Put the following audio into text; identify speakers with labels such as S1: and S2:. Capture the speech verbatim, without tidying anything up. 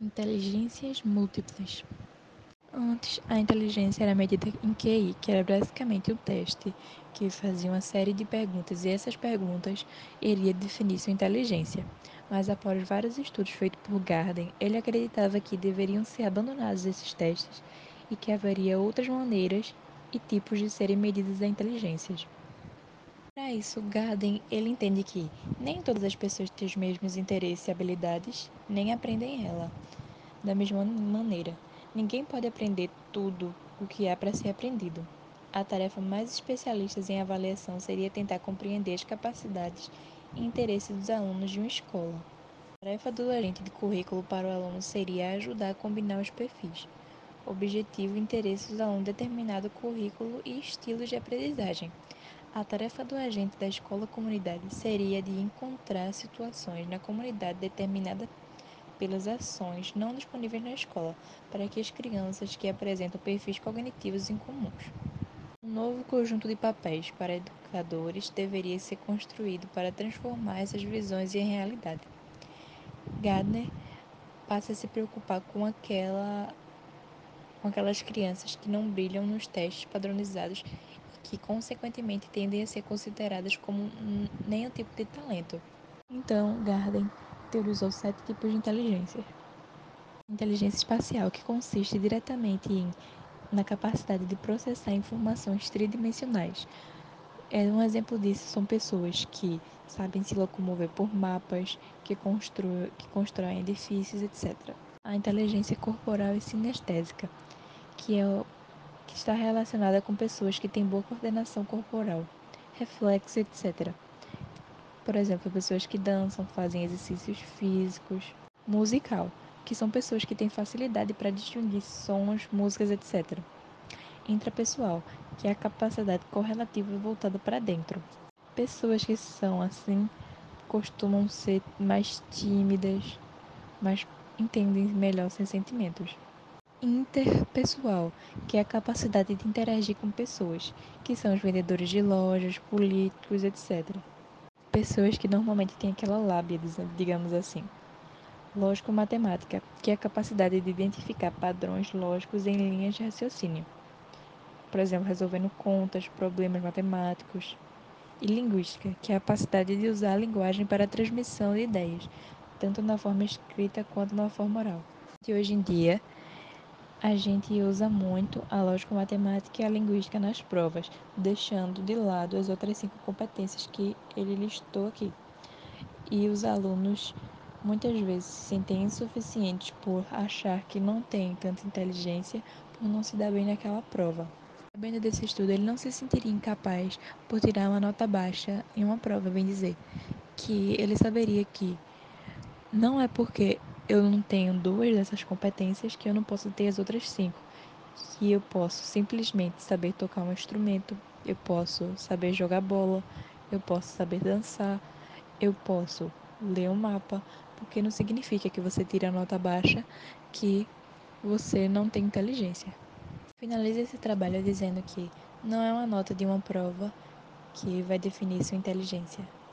S1: Inteligências múltiplas. Antes, a inteligência era medida em Q I, que era basicamente um teste que fazia uma série de perguntas e essas perguntas iria definir sua inteligência. Mas após vários estudos feitos por Garden, ele acreditava que deveriam ser abandonados esses testes e que haveria outras maneiras e tipos de serem medidas a inteligências. Para isso, Garden ele entende que nem todas as pessoas têm os mesmos interesses e habilidades, nem aprendem ela da mesma maneira. Ninguém pode aprender tudo o que há para ser aprendido. A tarefa mais especialista em avaliação seria tentar compreender as capacidades e interesses dos alunos de uma escola. A tarefa do agente de currículo para o aluno seria ajudar a combinar os perfis, objetivo e interesses dos alunos de determinado currículo e estilos de aprendizagem. A tarefa do agente da escola-comunidade seria de encontrar situações na comunidade determinada pelas ações não disponíveis na escola, para que as crianças que apresentam perfis cognitivos incomuns. Um novo conjunto de papéis para educadores deveria ser construído para transformar essas visões em realidade. Gardner passa a se preocupar com aquela com aquelas crianças que não brilham nos testes padronizados e que, consequentemente, tendem a ser consideradas como nenhum tipo de talento. Então, Garden teorizou sete tipos de inteligência. Inteligência espacial, que consiste diretamente em, na capacidade de processar informações tridimensionais. É, um exemplo disso são pessoas que sabem se locomover por mapas, que, constru, que constroem edifícios, etcétera. A inteligência corporal e sinestésica, que, é o, que está relacionada com pessoas que têm boa coordenação corporal, reflexo, etcétera. Por exemplo, pessoas que dançam, fazem exercícios físicos. Musical, que são pessoas que têm facilidade para distinguir sons, músicas, etcétera. Intrapessoal, que é a capacidade correlativa voltada para dentro. Pessoas que são assim costumam ser mais tímidas, mas entendem melhor seus sentimentos. Interpessoal, que é a capacidade de interagir com pessoas, que são os vendedores de lojas, políticos, etcétera. Pessoas que normalmente têm aquela lábia, digamos assim. Lógico-matemática, que é a capacidade de identificar padrões lógicos em linhas de raciocínio. Por exemplo, resolvendo contas, problemas matemáticos. E linguística, que é a capacidade de usar a linguagem para a transmissão de ideias, tanto na forma escrita quanto na forma oral. E hoje em dia, a gente usa muito a lógico-matemática e a linguística nas provas, deixando de lado as outras cinco competências que ele listou aqui. E os alunos muitas vezes se sentem insuficientes por achar que não têm tanta inteligência por não se dar bem naquela prova. Sabendo desse estudo, ele não se sentiria incapaz por tirar uma nota baixa em uma prova, bem dizer, que ele saberia que não é porque eu não tenho duas dessas competências que eu não posso ter as outras cinco, que eu posso simplesmente saber tocar um instrumento, eu posso saber jogar bola, eu posso saber dançar, eu posso ler um mapa, porque não significa que você tire a nota baixa que você não tem inteligência. Finalize esse trabalho dizendo que não é uma nota de uma prova que vai definir sua inteligência.